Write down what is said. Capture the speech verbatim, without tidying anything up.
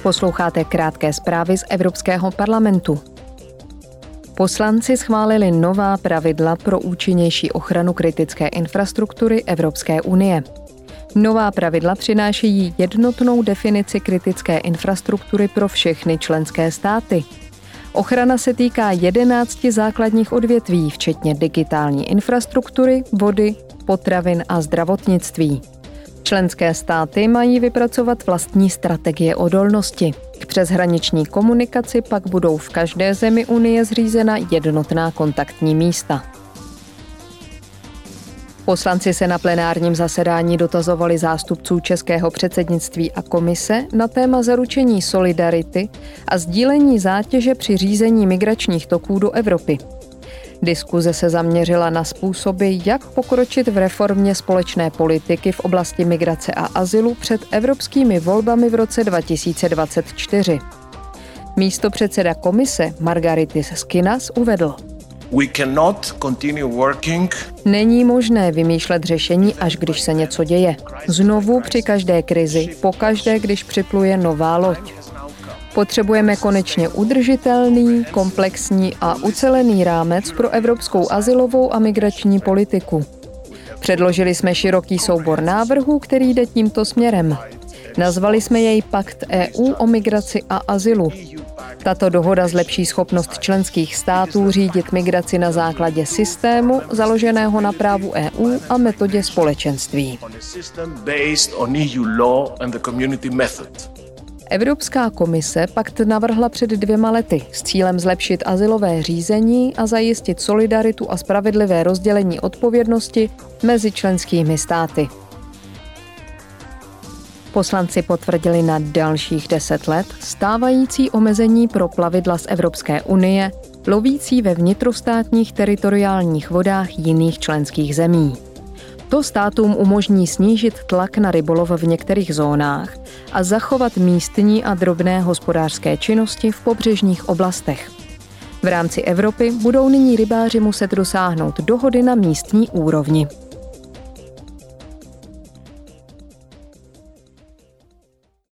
Posloucháte krátké zprávy z Evropského parlamentu. Poslanci schválili nová pravidla pro účinnější ochranu kritické infrastruktury Evropské unie. Nová pravidla přinášejí jednotnou definici kritické infrastruktury pro všechny členské státy. Ochrana se týká jedenácti základních odvětví, včetně digitální infrastruktury, vody, potravin a zdravotnictví. Členské státy mají vypracovat vlastní strategie odolnosti. K přeshraniční komunikaci pak budou v každé zemi Unie zřízena jednotná kontaktní místa. Poslanci se na plenárním zasedání dotazovali zástupců českého předsednictví a komise na téma zaručení solidarity a sdílení zátěže při řízení migračních toků do Evropy. Diskuze se zaměřila na způsoby, jak pokročit v reformě společné politiky v oblasti migrace a azylu před evropskými volbami v roce dva tisíce dvacet čtyři. Místopředseda komise Margaritis Schinas uvedl: We cannot continue working. Není možné vymýšlet řešení, až když se něco děje. Znovu při každé krizi, pokaždé, když připluje nová loď. Potřebujeme konečně udržitelný, komplexní a ucelený rámec pro evropskou azylovou a migrační politiku. Předložili jsme široký soubor návrhů, který jde tímto směrem. Nazvali jsme jej Pakt E U o migraci a azylu. Tato dohoda zlepší schopnost členských států řídit migraci na základě systému založeného na právu E U a metodě společenství. Evropská komise pakt navrhla před dvěma lety s cílem zlepšit azylové řízení a zajistit solidaritu a spravedlivé rozdělení odpovědnosti mezi členskými státy. Poslanci potvrdili na dalších deset let stávající omezení pro plavidla z Evropské unie lovící ve vnitrostátních teritoriálních vodách jiných členských zemí. To státům umožní snížit tlak na rybolov v některých zónách a zachovat místní a drobné hospodářské činnosti v pobřežních oblastech. V rámci Evropy budou nyní rybáři muset dosáhnout dohody na místní úrovni.